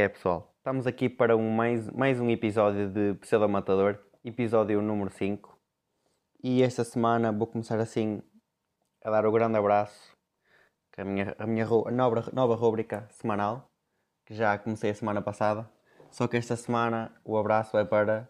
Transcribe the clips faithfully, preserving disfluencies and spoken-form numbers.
que é, pessoal? Estamos aqui para um mais, mais um episódio de Pseudo Matador, episódio número cinco. E esta semana vou começar assim a dar o grande abraço, que é a minha, a minha nova, nova rúbrica semanal, que já comecei a semana passada. Só que esta semana o abraço é para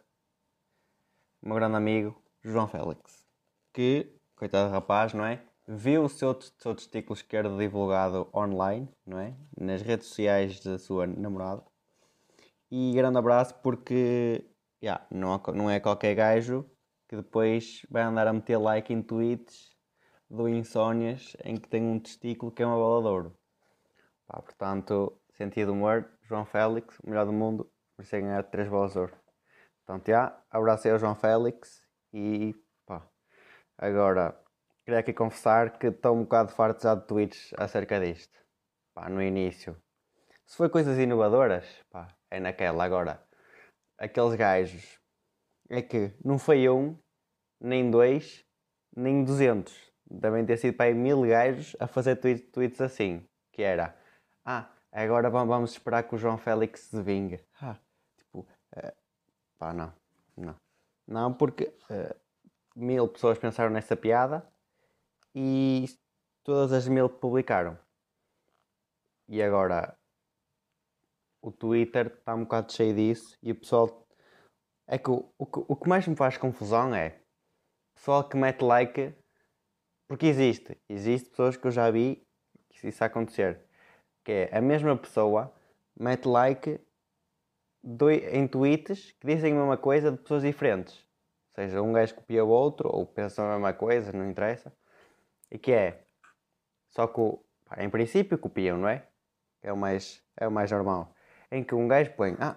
o meu grande amigo João Félix, que, coitado do rapaz, não é? Viu o seu, seu testículo esquerdo divulgado online, não é? Nas redes sociais da sua namorada. E grande abraço porque yeah, não, não é qualquer gajo que depois vai andar a meter like em tweets do Insónias em que tem um testículo que é uma bola de ouro. Pá, portanto, sentido de humor, João Félix, o melhor do mundo, por ser ganhar três bolas de ouro. Portanto, já, abraço aí ao João Félix e pá, agora queria aqui confessar que estou um bocado farto já de tweets acerca disto. Pá, no início. Se foi coisas inovadoras, pá, é naquela. Agora, aqueles gajos, é que não foi um, nem dois, nem duzentos. Devem ter sido para aí mil gajos a fazer tweets, tweets assim. Que era, ah, agora vamos esperar que o João Félix se vingue. Ah, tipo, uh, pá, não, não. Não, porque uh, mil pessoas pensaram nessa piada e todas as mil publicaram. E agora o Twitter está um bocado cheio disso e o pessoal... É que o, o, o que mais me faz confusão é o pessoal que mete like, porque existe, existe pessoas que eu já vi que isso acontecer, que é a mesma pessoa mete like dois, em tweets que dizem a mesma coisa de pessoas diferentes. Ou seja, um gajo copia o outro ou pensa a mesma coisa, não interessa. E que é, só que pá, em princípio copiam, não é? É o mais, é o mais normal. Em que um gajo põe, ah,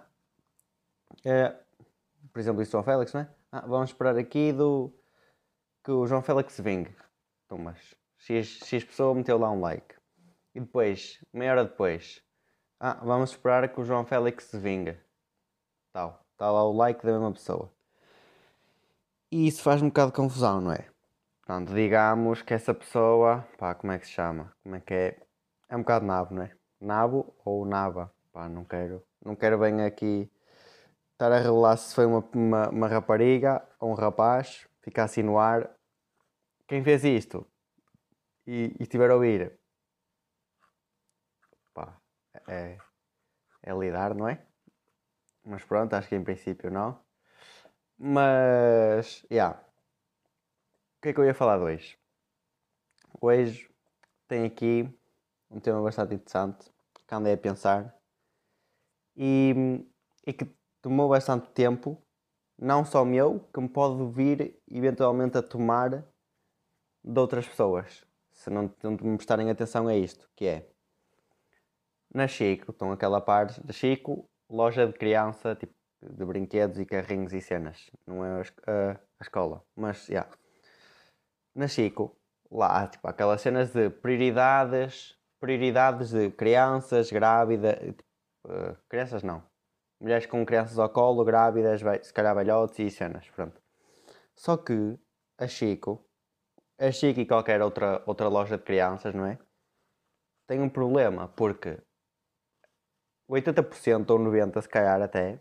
é, por exemplo, isso João Félix, não é? Ah, vamos esperar aqui do que o João Félix se vingue. Então, mas X, X pessoa meteu lá um like. E depois, meia hora depois, ah, vamos esperar que o João Félix se vingue. Tal. Está lá o like da mesma pessoa. E isso faz um bocado de confusão, não é? Portanto, digamos que essa pessoa, pá, como é que se chama? Como é que é? É um bocado nabo, não é? Nabo ou naba? Pá, não quero, não quero bem aqui estar a revelar se foi uma, uma, uma rapariga ou um rapaz, ficar assim no ar. Quem fez isto e, e estiver a ouvir, pá, é, é lidar, não é? Mas pronto, acho que em princípio não. Mas, já. Yeah. O que é que eu ia falar de hoje? Hoje tem aqui um tema bastante interessante que andei a pensar e, e que tomou bastante tempo, não só meu, que me pode vir eventualmente a tomar de outras pessoas, se não, não me prestarem atenção a isto, que é na Chico, estão aquela parte da Chico, loja de criança, tipo de brinquedos e carrinhos e cenas, não é a, a, a escola, mas já. Yeah. Na Chico, lá, tipo, aquelas cenas de prioridades, prioridades de crianças, grávidas, tipo, uh, crianças não, mulheres com crianças ao colo, grávidas, se calhar velhotes e cenas, pronto. Só que a Chico, a Chico e qualquer outra, outra loja de crianças, não é? Tem um problema, porque oitenta por cento ou noventa por cento, se calhar até,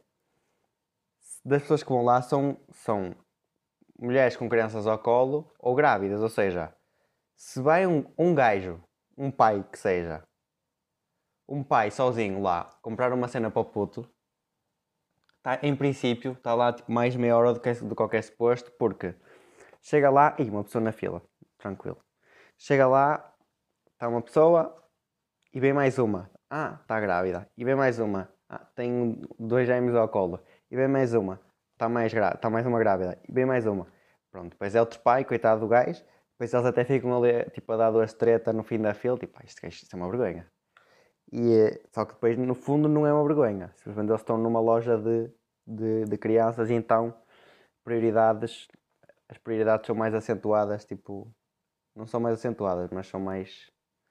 das pessoas que vão lá são, são mulheres com crianças ao colo ou grávidas, ou seja, se vai um, um gajo, um pai que seja, um pai sozinho lá, comprar uma cena para o puto, tá, em princípio, está lá tipo, mais meia hora do que do qualquer suposto, porque chega lá, e uma pessoa na fila, tranquilo. Chega lá, está uma pessoa e vem mais uma. Ah, está grávida. E vem mais uma. Ah, tem dois gêmeos ao colo. E vem mais uma. Está mais, gra... tá mais uma grávida. E vem mais uma. Pronto, depois é outro pai, coitado do gajo. Depois eles até ficam ali, tipo, a dar duas treta no fim da fila. Tipo, ah, isto, isto é uma vergonha. E, só que depois, no fundo, não é uma vergonha. Simplesmente eles estão numa loja de, de, de crianças e então, prioridades... As prioridades são mais acentuadas, tipo... Não são mais acentuadas, mas são mais...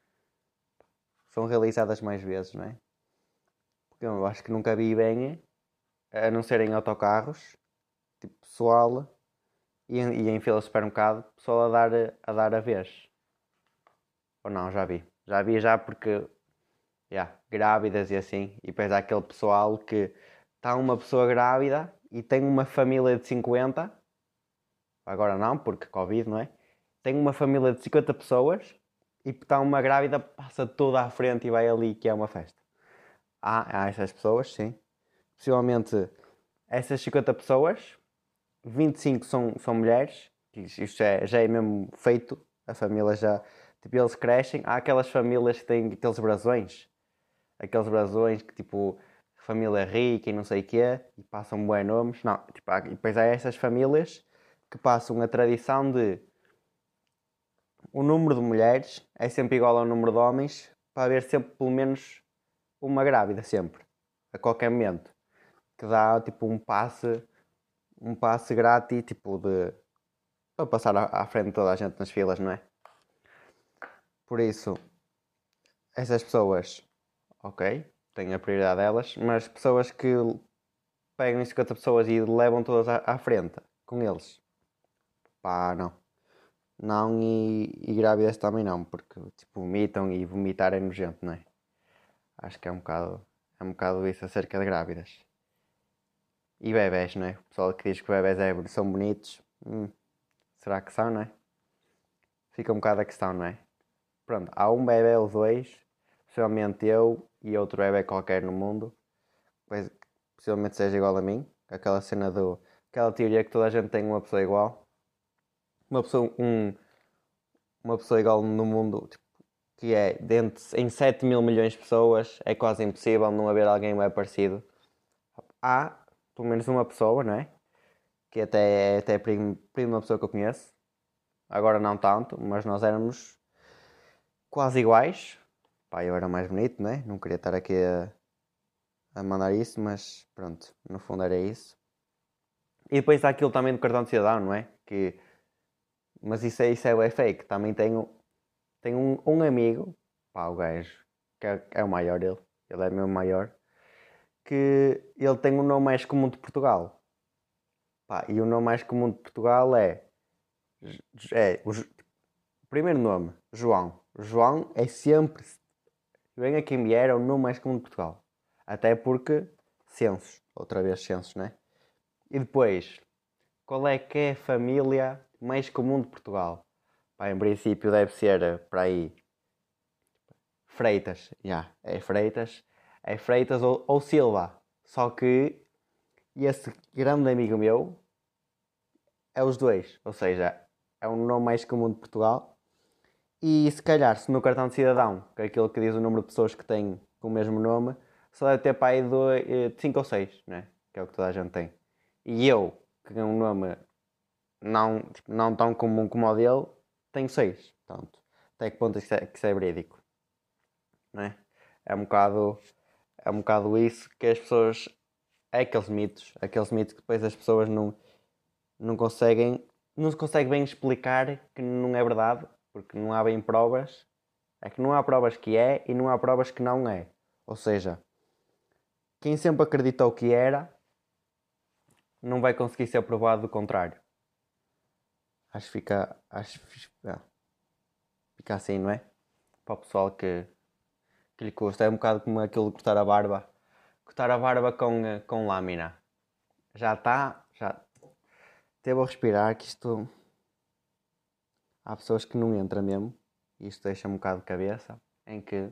São realizadas mais vezes, não é? Porque eu acho que nunca vi bem, a não ser em autocarros, tipo pessoal, e em, e em fila de supermercado, pessoal a dar, a dar a vez. Ou não, já vi. Já vi já porque yeah, grávidas e assim. E depois há aquele pessoal que está uma pessoa grávida e tem uma família de cinquenta. Agora não, porque Covid, não é? Tem uma família de cinquenta pessoas e está uma grávida, passa toda à frente e vai ali que é uma festa. Há, há essas pessoas, sim. Possivelmente essas cinquenta pessoas, vinte e cinco são, são mulheres, isto já é, já é mesmo feito, a família já, tipo, eles crescem. Há aquelas famílias que têm aqueles brasões, aqueles brasões que tipo, família rica e não sei o quê, e passam bué nomes. Não, tipo, há, e depois há essas famílias que passam a tradição de o número de mulheres é sempre igual ao número de homens, para haver sempre pelo menos uma grávida, sempre, a qualquer momento, que dá tipo um passe, um passe grátis, tipo de, para passar à, à frente de toda a gente nas filas, não é? Por isso, essas pessoas, ok, têm a prioridade delas, mas pessoas que pegam cinquenta pessoas e levam todas à, à frente com eles, pá, não. Não, e, e grávidas também não, porque tipo vomitam e vomitar é nojento, não é? Acho que é um bocado, é um bocado isso acerca de grávidas. E bebés, não é? O pessoal que diz que bebés é, são bonitos, hum, será que são, não é? Fica um bocado a questão, não é? Pronto, há um bebê ou dois, possivelmente eu e outro bebê qualquer no mundo, pois, possivelmente seja igual a mim, aquela cena do, aquela teoria que toda a gente tem uma pessoa igual, uma pessoa, um, uma pessoa igual no mundo, tipo, que é dentro, em sete mil milhões de pessoas, é quase impossível não haver alguém bem parecido. Há pelo menos uma pessoa, não é? Que até é até primo, primo de uma pessoa que eu conheço. Agora não tanto, mas nós éramos quase iguais. Pá, eu era mais bonito, né? Não queria estar aqui a, a mandar isso, mas pronto, no fundo era isso. E depois há aquilo também do cartão de cidadão, não é? Que, mas isso é, isso é fake. Também tenho, tenho um, um amigo, pá, o gajo, que é, é o maior ele, ele é mesmo maior, que ele tem o nome mais comum de Portugal. Pá, e o nome mais comum de Portugal é, é o, o primeiro nome, João. João é sempre, venha quem vier, é o nome mais comum de Portugal. Até porque, censos, outra vez censos, né? E depois, qual é que é a família mais comum de Portugal? Pá, em princípio deve ser para aí Freitas, já, yeah, é Freitas, é Freitas ou, ou Silva. Só que esse grande amigo meu é os dois, ou seja, é o nome mais comum de Portugal. E se calhar, se no cartão de cidadão, que é aquilo que diz o número de pessoas que têm com o mesmo nome, só deve ter para aí de cinco ou seis, né? Que é o que toda a gente tem. E eu, que tenho um nome não, tipo, não tão comum como o dele, tenho seis. Portanto, até que ponto isso é, que isso é verídico, não é? É um bocado, é um bocado isso que as pessoas... É aqueles mitos, aqueles mitos que depois as pessoas não, não conseguem, não se consegue bem explicar que não é verdade, porque não há bem provas. É que não há provas que é e não há provas que não é. Ou seja, quem sempre acreditou que era, não vai conseguir ser provado do contrário. Acho que fica, acho, ah, fica assim, não é? Para o pessoal que, que lhe custa. É um bocado como aquilo de cortar a barba. Cortar a barba com, eh, com lâmina. Já está, já... Até vou respirar que isto... Há pessoas que não entram mesmo. E isto deixa um bocado de cabeça. Em que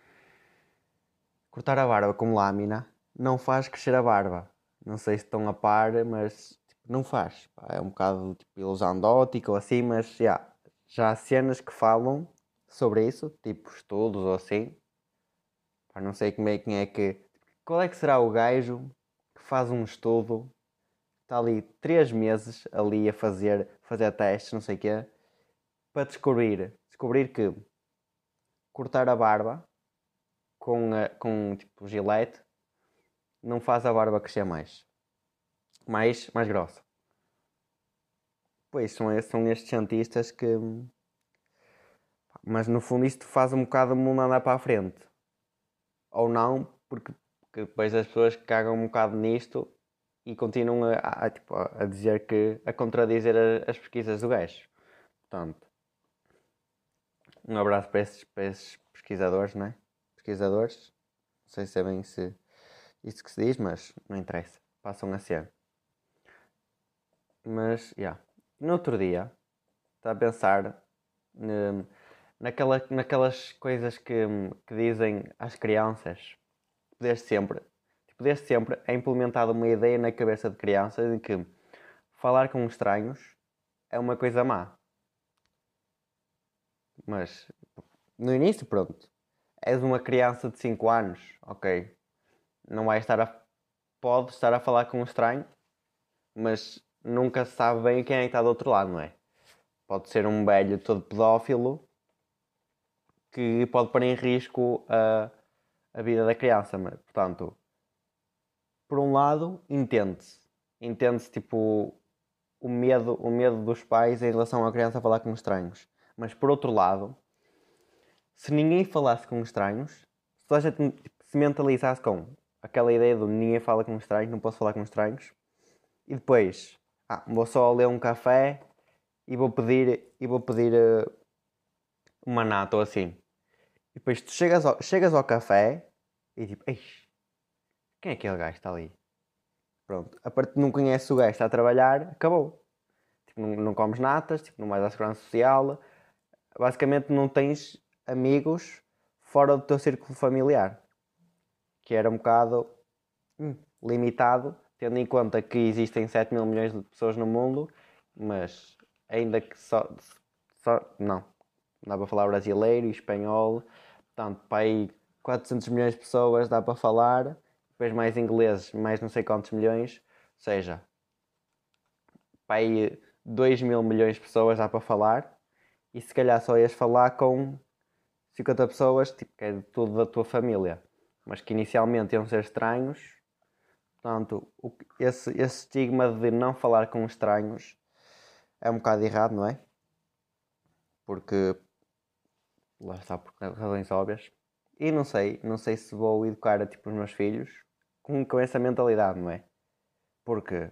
cortar a barba com lâmina não faz crescer a barba. Não sei se estão a par, mas tipo, não faz. É um bocado tipo ilusão de ótica ou assim, mas yeah, já há cenas que falam sobre isso, tipo estudos ou assim. Pá, não sei como é, quem é que. Qual é que será o gajo que faz um estudo, está ali três meses ali a fazer, fazer testes, não sei o quê, para descobrir, descobrir que cortar a barba com, a, com tipo gilete não faz a barba crescer mais. Mais, mais grossa. Pois, são, são estes cientistas que... Mas no fundo isto faz um bocado o mundo andar para a frente. Ou não, porque, porque depois as pessoas cagam um bocado nisto e continuam a, a, tipo, a dizer que... a contradizer as pesquisas do gajo. Portanto, um abraço para esses, para esses pesquisadores, não é? Pesquisadores. sei se é bem se, isso que se diz, mas não interessa. Passam a ser. Mas, já. Yeah. No outro dia, estava a pensar hum, naquela, naquelas coisas que, que dizem às crianças, desde sempre. Tipo, desde sempre é implementada uma ideia na cabeça de crianças de que falar com estranhos é uma coisa má. Mas, no início, pronto. És uma criança de cinco anos, ok. Não vai estar a... Pode estar a falar com um estranho, mas nunca se sabe bem quem é que está do outro lado, não é? Pode ser um velho todo pedófilo que pode pôr em risco a, a vida da criança. Mas, portanto, por um lado, entende-se. Entende-se, tipo, o medo, o medo dos pais em relação à criança falar com estranhos. Mas, por outro lado, se ninguém falasse com estranhos, se toda a gente tipo, se mentalizasse com aquela ideia de ninguém fala com estranhos, não posso falar com estranhos, e depois, ah, vou só ler um café e vou pedir, e vou pedir uh, uma nata ou assim. E depois tu chegas ao, chegas ao café e tipo, eixe, quem é aquele gajo que está ali? Pronto, a parte de não conheces o gajo que está a trabalhar, acabou. Tipo, não, não comes natas, tipo, não vais à segurança social, basicamente não tens amigos fora do teu círculo familiar, que era um bocado hum, limitado, tendo em conta que existem sete mil milhões de pessoas no mundo, mas ainda que só, só não, não dá para falar brasileiro e espanhol, portanto, para aí quatrocentos milhões de pessoas dá para falar, depois mais ingleses, mais não sei quantos milhões, ou seja, para aí dois mil milhões de pessoas dá para falar, e se calhar só ias falar com cinquenta pessoas, tipo, que é de tudo da tua família, mas que inicialmente iam ser estranhos. Portanto, esse, esse estigma de não falar com estranhos é um bocado errado, não é? Porque, lá está, por razões óbvias. E não sei, não sei se vou educar tipo, os meus filhos com, com essa mentalidade, não é? Porque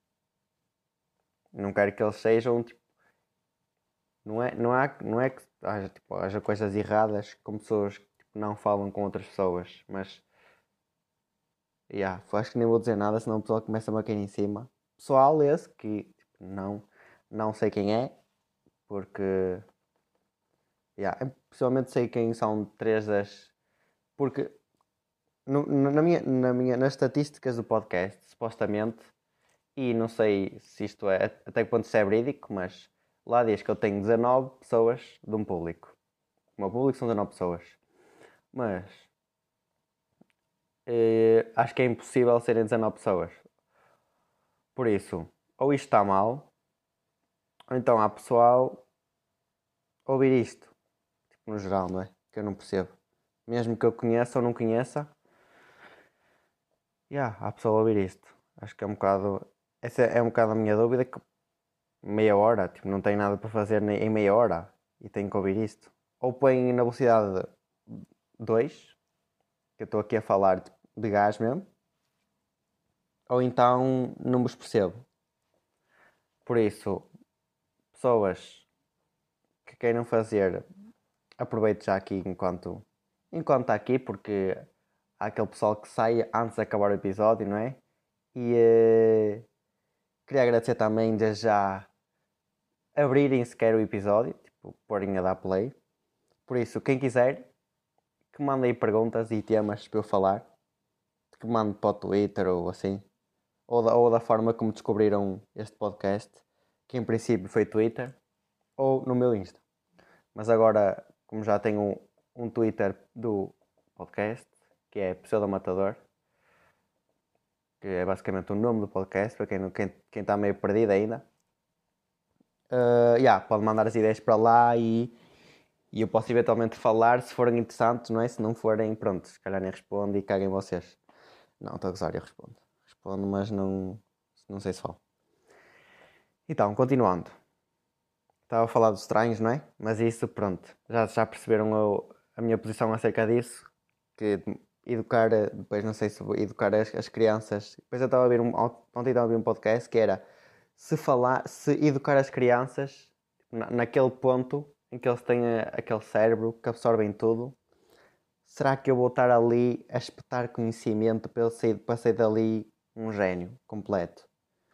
não quero que eles sejam, tipo, não é, não há, não é que haja, tipo, haja coisas erradas com pessoas que tipo, não falam com outras pessoas, mas yeah, acho que nem vou dizer nada, senão o pessoal começa a cair em cima. Pessoal esse que tipo, não, não sei quem é, porque yeah, eu pessoalmente sei quem são três das. Porque no, na, minha, na minha, nas estatísticas do podcast, supostamente, e não sei se isto é até que ponto isso é verídico, mas lá diz que eu tenho dezanove pessoas de um público. O meu público são dezanove pessoas. Mas eh, acho que é impossível serem dezanove pessoas. Por isso, ou isto está mal, ou então há pessoal a ouvir isto. Tipo, no geral, não é? Que eu não percebo. Mesmo que eu conheça ou não conheça, yeah, há pessoal a ouvir isto. Acho que é um bocado. Essa é um bocado a minha dúvida. Que meia hora, tipo, não tenho nada para fazer em meia hora e tenho que ouvir isto. Ou põe na velocidade dois, que eu estou aqui a falar tipo, de gás mesmo, ou então não vos percebo. Por isso, pessoas que queiram fazer, aproveito já aqui enquanto, enquanto está aqui, porque há aquele pessoal que sai antes de acabar o episódio, não é? E eh, queria agradecer também desde já abrirem sequer o episódio, tipo, porem a dar play. Por isso, quem quiser, que mande aí perguntas e temas para eu falar, que mande para o Twitter ou assim, ou da, ou da forma como descobriram este podcast, que em princípio foi Twitter, ou no meu Insta. Mas agora, como já tenho um, um Twitter do podcast, que é Pseudo Matador, que é basicamente o nome do podcast, para quem, não, quem, quem está meio perdido ainda, uh, yeah, pode mandar as ideias para lá e, e eu posso eventualmente falar se forem interessantes, não é? Se não forem, pronto, se calhar nem respondo e caguem vocês. Não, estou a gozar, eu respondo. Respondo, mas não, não sei se falo. Então, continuando. Estava a falar dos estranhos, não é? Mas isso, pronto, já, já perceberam a, a minha posição acerca disso, que educar, depois não sei se vou educar as, as crianças. Depois eu estava a ver um, ontem estava a ver um podcast que era se falar, se educar as crianças na, naquele ponto em que eles têm a, aquele cérebro que absorvem tudo, será que eu vou estar ali a espetar conhecimento para, eu sair, para sair dali um gênio completo?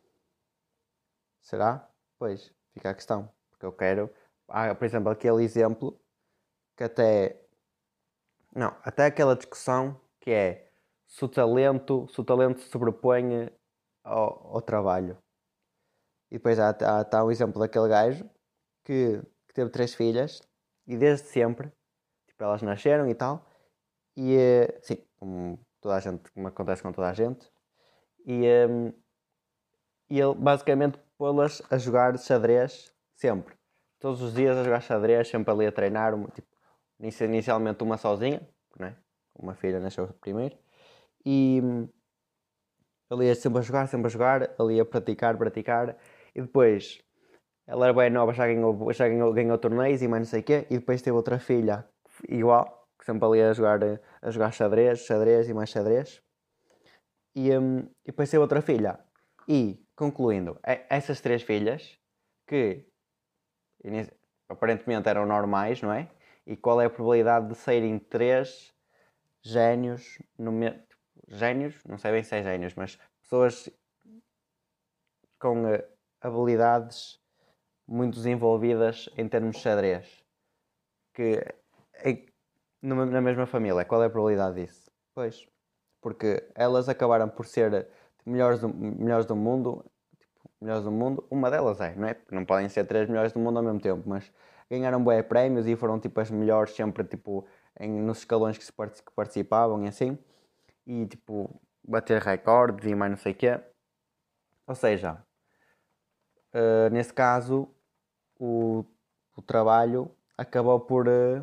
Será? Pois, fica a questão. Porque eu quero... Há, por exemplo, aquele exemplo que até... Não, até aquela discussão que é se o talento se, o talento se sobrepõe ao, ao trabalho. E depois há, há, há um exemplo daquele gajo que, que teve três filhas e desde sempre, tipo, elas nasceram e tal, e sim, como toda a gente, como acontece com toda a gente, e, um, e ele basicamente pô-las a jogar xadrez sempre, todos os dias a jogar xadrez, sempre ali a treinar, tipo, inicialmente uma sozinha, né? Uma filha nasceu primeiro, e ele ia sempre a jogar, sempre a jogar, ele ia praticar, praticar, e depois ela era bem nova, já ganhou, já ganhou, ganhou torneios e mais não sei o quê, e depois teve outra filha igual, que sempre ali a jogar, a jogar xadrez, xadrez e mais xadrez, e, um, e depois teve outra filha. E, concluindo, essas três filhas, que aparentemente eram normais, não é? E qual é a probabilidade de saírem três génios, no me... génios, não sei bem se é génios, mas pessoas com uh, habilidades muito desenvolvidas em termos de xadrez, que é, numa, na mesma família, qual é a probabilidade disso? Pois, porque elas acabaram por ser melhores do, melhores do mundo, tipo, melhores do mundo, uma delas é, não é? Porque não podem ser três melhores do mundo ao mesmo tempo, mas ganharam bué prémios e foram tipo as melhores sempre tipo em, nos escalões que, se, que participavam e assim, e tipo bater recordes e mais não sei o quê. Ou seja, uh, nesse caso o, o trabalho acabou por, uh,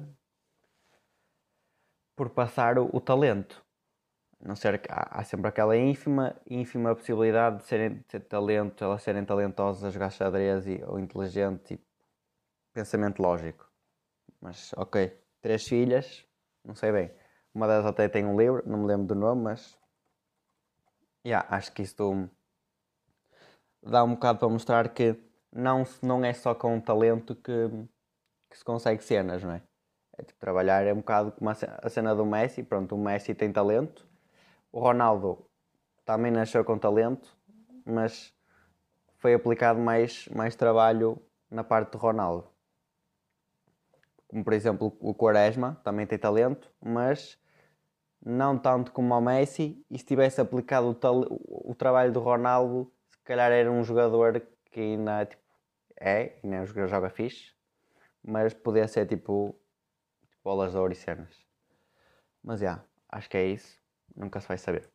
por passar o, o talento. Não ser que há, há sempre aquela ínfima, ínfima possibilidade de serem de ter talento, elas serem talentosas a jogar xadrez e, ou inteligente e pensamento lógico. Mas ok, três filhas, não sei bem. Uma delas até tem um livro, não me lembro do nome, mas yeah, acho que isto dá um bocado para mostrar que não, não é só com talento que, que se consegue cenas, não é? É tipo, trabalhar é um bocado como a cena do Messi. Pronto, o Messi tem talento. O Ronaldo também nasceu com talento, mas foi aplicado mais, mais trabalho na parte do Ronaldo. Como por exemplo o Quaresma também tem talento, mas não tanto como o Messi. E se tivesse aplicado o, tal, o trabalho do Ronaldo, se calhar era um jogador que ainda tipo, é, ainda joga, joga fixe, mas podia ser tipo, tipo bolas de ouro e cenas. Mas já, yeah, acho que é isso. Nunca se vai saber.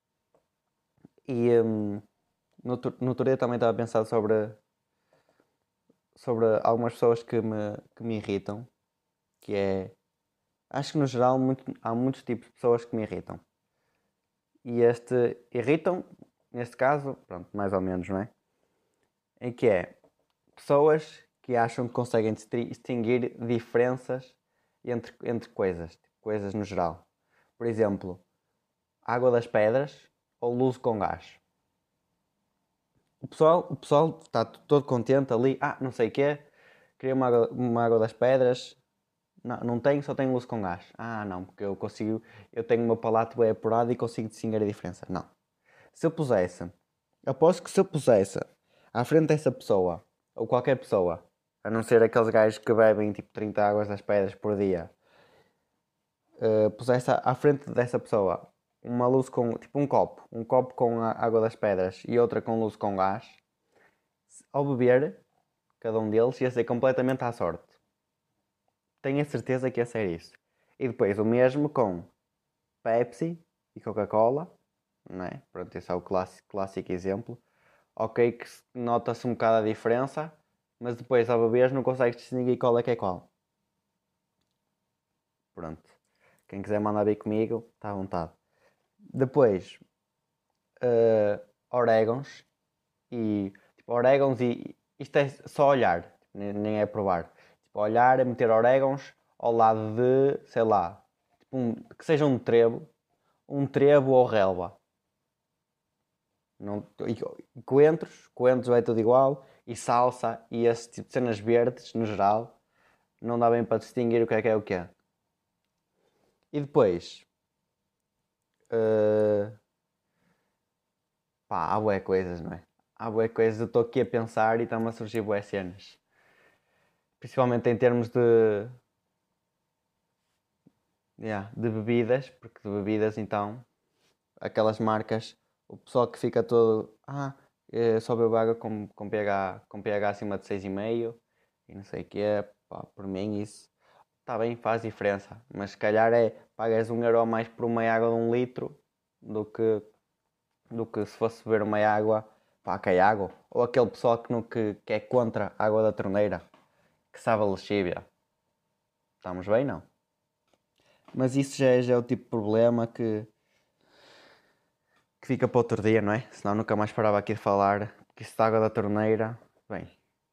E um, no, no outro dia também estava a pensar sobre, sobre algumas pessoas que me, que me irritam. Que é... Acho que no geral muito, há muitos tipos de pessoas que me irritam. E este irritam, neste caso, pronto, mais ou menos, não é? Em que é pessoas que acham que conseguem distinguir diferenças entre, entre coisas, tipo, coisas no geral. Por exemplo, água das pedras ou luz com gás. O pessoal, o pessoal está todo contente ali. Ah, não sei o quê. Queria uma água, uma água das pedras. Não, não tenho, só tenho luz com gás. Ah, não, porque eu consigo... Eu tenho o meu palato bem apurado e consigo distinguir a diferença. Não. Se eu pusesse... Aposto que se eu pusesse à frente dessa pessoa, ou qualquer pessoa, a não ser aqueles gajos que bebem tipo trinta águas das pedras por dia, uh, pusesse à frente dessa pessoa uma luz com... Tipo um copo. Um copo com a água das pedras e outra com luz com gás. Ao beber, cada um deles ia ser completamente à sorte. Tenho a certeza que ia ser isso. E depois o mesmo com Pepsi e Coca-Cola, não é? Pronto, esse é o clássico, clássico exemplo. Ok que nota-se um bocado a diferença, mas depois ao beber não consegues distinguir qual é que é qual. Pronto. Quem quiser mandar vir comigo, está à vontade. Depois, uh, orégãos e... Tipo, orégãos e... Isto é só olhar, nem é provar. Tipo, olhar, meter orégãos ao lado de, sei lá, tipo um, que seja um trevo, um trevo ou relva. Não, e coentros, coentros é tudo igual, e salsa, e esse tipo de cenas verdes, no geral, não dá bem para distinguir o que é que é o que é. E depois, uh, pá, há bué coisas, não é? Há bué coisas, eu estou aqui a pensar e estão-me a surgir bué cenas. Principalmente em termos de, yeah, de bebidas, porque de bebidas então, aquelas marcas, o pessoal que fica todo, ah, eh, só bebo água com, com, pH, com pH acima de seis vírgula cinco e não sei o que é, pá, por mim isso está bem, faz diferença, mas se calhar é, pagas um euro a mais por uma água de um litro do que, do que se fosse beber uma água, pá, que é água, ou aquele pessoal que, não, que, que é contra a água da torneira, que sabe a lexívia. Estamos bem, não? Mas isso já é, já é o tipo de problema que, que fica para outro dia, não é? Senão nunca mais parava aqui de falar que isso da água da torneira, bem,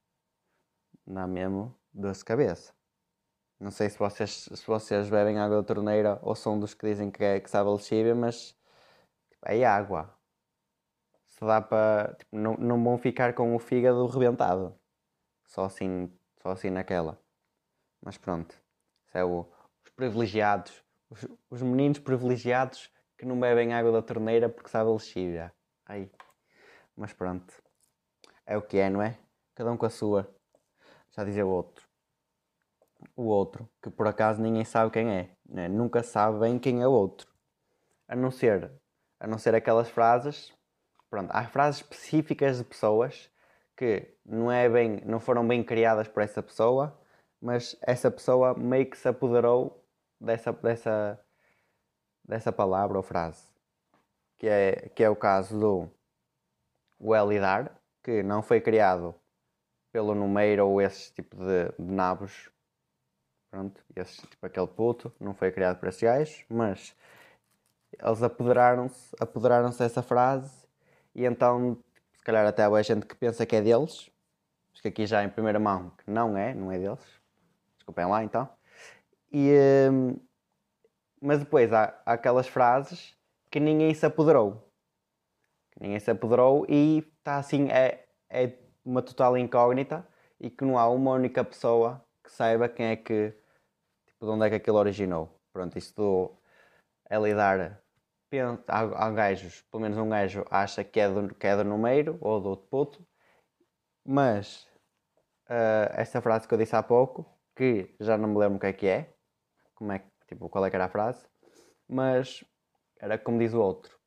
dá mesmo dor de cabeça. Não sei se vocês, se vocês bebem água da torneira ou são dos que dizem que, é, que sabe a lexívia, mas tipo, é água. Se dá para. Tipo, não, não vão ficar com o fígado rebentado. Só assim, só assim naquela. Mas pronto. Isso é o, os privilegiados. Os, os meninos privilegiados que não bebem água da torneira porque sabe a lexívia. Aí. Mas pronto. É o que é, não é? Cada um com a sua. Já dizia o outro. O outro, que por acaso ninguém sabe quem é. Né? Nunca sabe bem quem é o outro. A não ser, a não ser aquelas frases. Pronto, há frases específicas de pessoas que não, é bem, não foram bem criadas por essa pessoa, mas essa pessoa meio que se apoderou dessa, dessa, dessa palavra ou frase. Que é, que é o caso do o elidar, que não foi criado pelo Numeiro ou esse tipo de, de nabos. Pronto, esse, tipo aquele puto, não foi criado por esses gajos, mas eles apoderaram-se apoderaram-se dessa frase e então, se calhar até há gente que pensa que é deles, mas que aqui já em primeira mão que não é, não é deles. Desculpem lá então. E, hum, mas depois há, há aquelas frases que ninguém se apoderou. Que ninguém se apoderou e está assim, é, é uma total incógnita e que não há uma única pessoa que saiba quem é que, tipo, de onde é que aquilo originou. Pronto, isto é lidar. Há, há gajos, pelo menos um gajo acha que é do, que é do Numeiro ou do outro puto, mas uh, esta frase que eu disse há pouco, que já não me lembro o que é que é, como é, tipo, qual é que era a frase, mas era como diz o outro.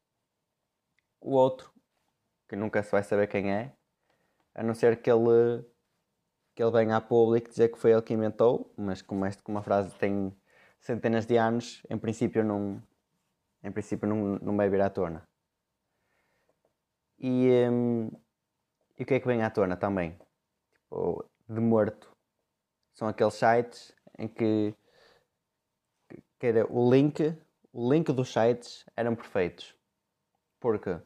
O outro, que nunca se vai saber quem é, a não ser que ele, que ele venha a público dizer que foi ele que inventou, mas como, este, como a frase tem centenas de anos, em princípio não, em princípio não, não vai vir à tona. E, hum, e o que é que vem à tona também? Tipo, de morto. São aqueles sites em que, que era o link, o link dos sites eram perfeitos. Porque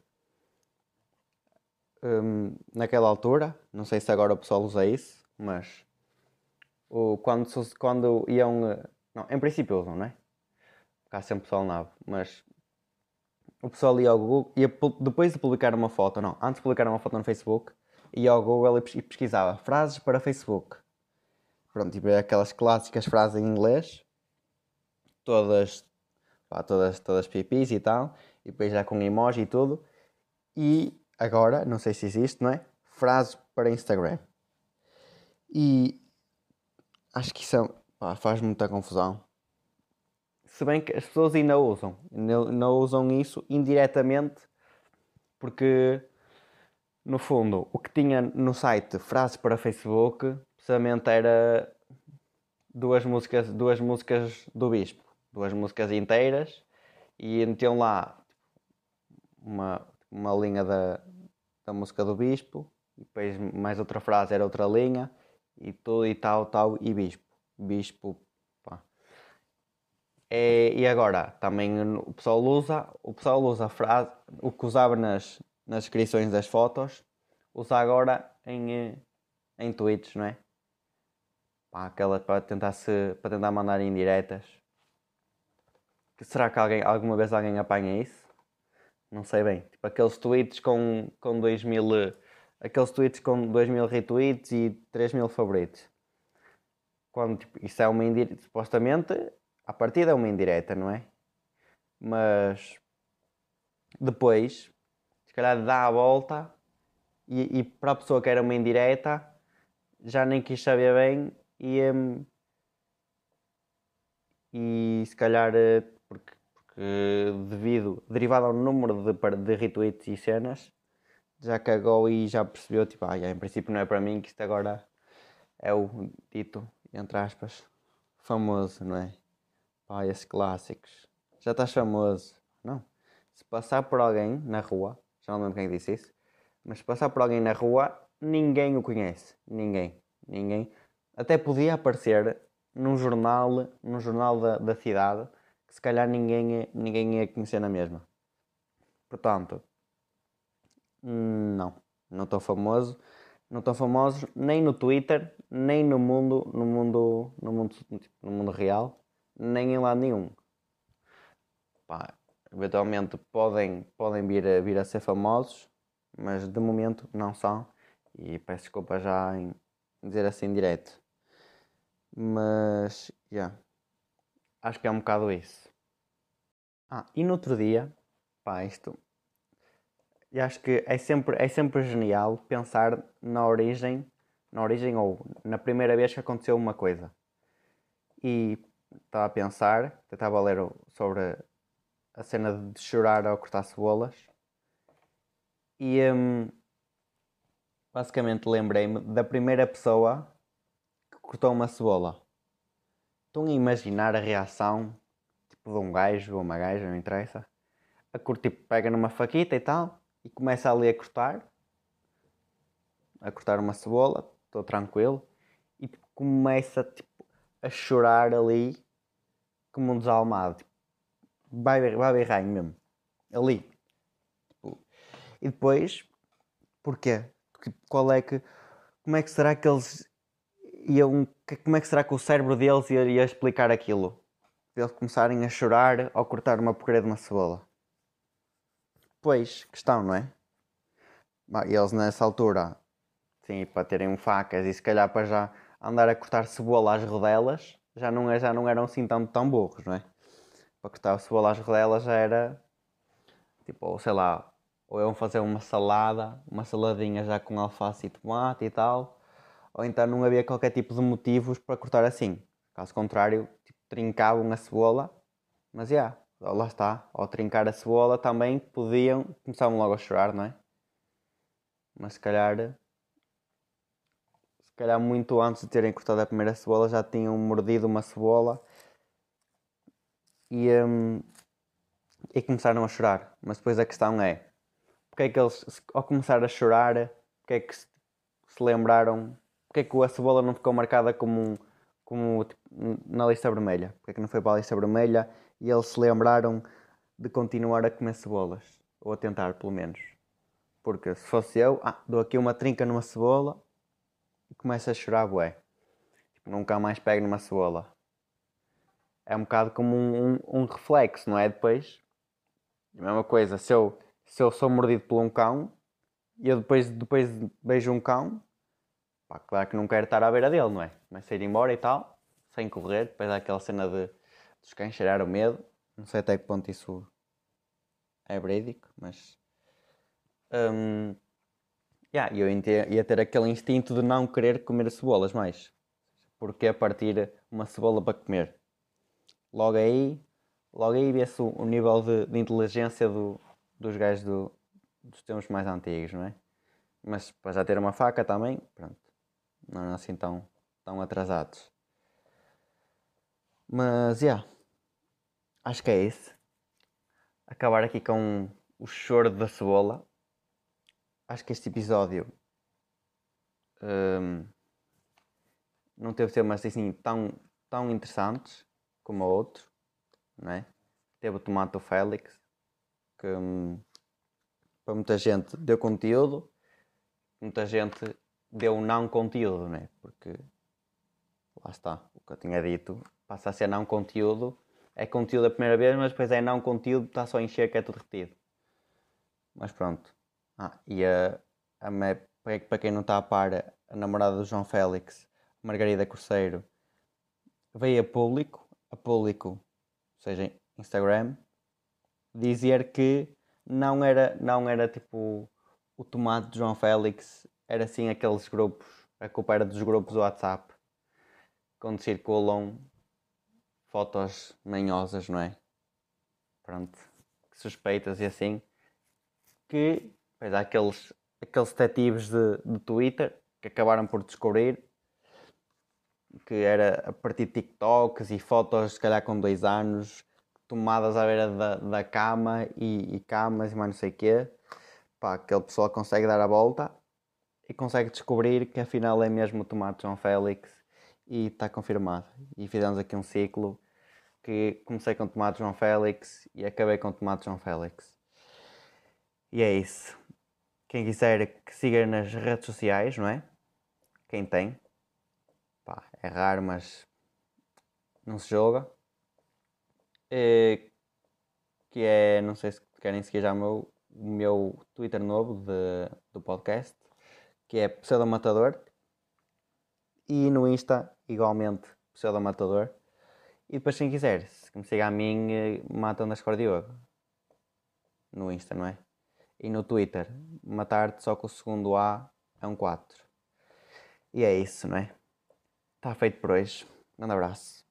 hum, naquela altura, não sei se agora o pessoal usa isso, mas o, quando, quando iam. Não, em princípio usam, não é? Porque há sempre pessoal novo, mas o pessoal ia ao Google, ia, depois de publicar uma foto, não, antes de publicar uma foto no Facebook, ia ao Google e pesquisava frases para Facebook. Pronto, tipo, é aquelas clássicas frases em inglês, todas, pá, todas, todas pipis e tal, e depois já com emoji e tudo. E agora, não sei se existe, não é? Frases para Instagram. E acho que isso é, pá, faz muita confusão. Se bem que as pessoas ainda usam, ainda, ainda usam isso indiretamente, porque no fundo o que tinha no site frases para Facebook precisamente era duas músicas, duas músicas do Bispo, duas músicas inteiras, e metiam lá uma, uma linha da, da música do Bispo, e depois mais outra frase era outra linha, e tudo e tal, tal, e Bispo. Bispo, pá. É, e agora, também o pessoal usa, o pessoal usa a frase, o que usava nas, nas descrições das fotos, usa agora em, em tweets, não é? Pá, aquela para tentar, se, para tentar mandar indiretas. Será que alguém, alguma vez alguém apanha isso? Não sei bem. Tipo aqueles tweets com, com dois mil. Aqueles tweets com dois mil retweets e três mil favoritos. Quando tipo, isso é uma indireta. Supostamente, à partida é uma indireta, não é? Mas depois, se calhar dá a volta e, e para a pessoa que era uma indireta, já nem quis saber bem e, hum, e se calhar eh, porque, porque devido, derivado ao número de, par- de retweets e cenas, já cagou e já percebeu, tipo, ah, já, em princípio não é para mim, que isto agora é o dito, entre aspas, famoso, não é? Pá, esses clássicos. Já estás famoso. Não. Se passar por alguém na rua, já não lembro quem disse isso, mas se passar por alguém na rua, ninguém o conhece. Ninguém. Ninguém. Até podia aparecer num jornal, num jornal da, da cidade, que se calhar ninguém, ninguém ia conhecer na mesma. Portanto, não. Não estou famoso. Não estou famoso nem no Twitter, nem no mundo, no mundo, no mundo, no mundo real, nem em lado nenhum. Pá, eventualmente podem, podem vir, a, vir a ser famosos, mas de momento não são. E peço desculpa já em dizer assim direto. Mas, já, yeah, acho que é um bocado isso. Ah, e no outro dia, pá, isto, e acho que é sempre, é sempre genial pensar na origem, na origem ou na primeira vez que aconteceu uma coisa. E estava a pensar, estava a ler sobre a cena de chorar ao cortar cebolas. E hum, basicamente lembrei-me da primeira pessoa que cortou uma cebola. Estão a imaginar a reação tipo de um gajo ou uma gaja, não interessa. A cortar, tipo, pega numa faquita e tal e começa ali a cortar, a cortar uma cebola, estou tranquilo, e tipo, começa tipo, a chorar ali como um desalmado. Tipo, vai, vai berranho mesmo. Ali. Tipo, e depois, porquê? Qual é que. Como é que será que eles iam. Como é que será que o cérebro deles ia, ia explicar aquilo? De eles começarem a chorar ao cortar uma porcaria de uma cebola. Pois, questão, não é? E eles nessa altura, sim, para terem facas e se calhar para já andar a cortar cebola às rodelas, já não, é, já não eram assim tão, tão burros, não é? Para cortar a cebola às rodelas já era, tipo, ou sei lá, ou iam fazer uma salada, uma saladinha já com alface e tomate e tal, ou então não havia qualquer tipo de motivos para cortar assim. Caso contrário, tipo, trincavam a cebola, mas já, yeah, lá está, ao trincar a cebola também podiam, começavam logo a chorar, não é? Mas se calhar, se calhar muito antes de terem cortado a primeira cebola já tinham mordido uma cebola e, hum, e começaram a chorar. Mas depois a questão é, porque é que eles, ao começar a chorar, porque é que se, se lembraram, porque é que a cebola não ficou marcada como, um, como tipo, na lista vermelha? Porque é que não foi para a lista vermelha e eles se lembraram de continuar a comer cebolas? Ou a tentar, pelo menos. Porque se fosse eu, ah, dou aqui uma trinca numa cebola e começo a chorar, bué. Tipo, nunca mais pego numa cebola. É um bocado como um, um, um reflexo, não é? Depois, a mesma coisa, se eu, se eu sou mordido por um cão e eu depois, depois vejo um cão, pá, claro que não quero estar à beira dele, não é? Começo a ir embora e tal, sem correr, depois há aquela cena de dos cães cheirar o medo. Não sei até que ponto isso é verídico, mas... Hum, yeah, eu ia ter aquele instinto de não querer comer cebolas mais. Porque a partir uma cebola para comer. Logo aí, logo aí vê-se o, o nível de, de inteligência do, dos gajos do, dos tempos mais antigos, não é? Mas para já ter uma faca também, pronto, não é assim tão, tão atrasados. Mas, já, yeah, acho que é isso. Acabar aqui com o choro da cebola. Acho que este episódio hum, não teve temas assim tão, tão interessantes como o outro, não é? Teve o Tomate Félix, que hum, para muita gente deu conteúdo, muita gente deu não conteúdo, né? Porque lá está, o que eu tinha dito, passa a ser não conteúdo, é conteúdo a primeira vez, mas depois é não conteúdo, está só a encher que é tudo repetido. Mas pronto. Ah, e a, a, para quem não está a par, a namorada do João Félix, Margarida Corceiro, veio a público, a público, seja, Instagram, dizer que não era, não era tipo o tomate de João Félix, era sim aqueles grupos, a culpa era dos grupos do WhatsApp, onde circulam fotos manhosas, não é? Pronto, suspeitas e assim, que pois, há aqueles, aqueles detetives de, de Twitter que acabaram por descobrir que era a partir de TikToks e fotos, se calhar com dois anos, tomadas à beira da, da cama e, e camas e mais não sei o quê. Pá, aquele pessoal consegue dar a volta e consegue descobrir que afinal é mesmo o tomate João Félix e está confirmado. E fizemos aqui um ciclo que comecei com o tomate João Félix e acabei com o tomate João Félix. E é isso. Quem quiser que siga nas redes sociais, não é? Quem tem. Pá, é raro, mas não se joga. É, que é, não sei se querem seguir já o meu, o meu Twitter novo de, do podcast, que é Pseudomatador. E no Insta, igualmente, Pseudomatador. E depois, quem quiser, se me siga a mim, mata underscore Diogo. No Insta, não é? E no Twitter, matar-te só com o segundo A é um quatro. E é isso, não é? Está feito por hoje. Um grande abraço.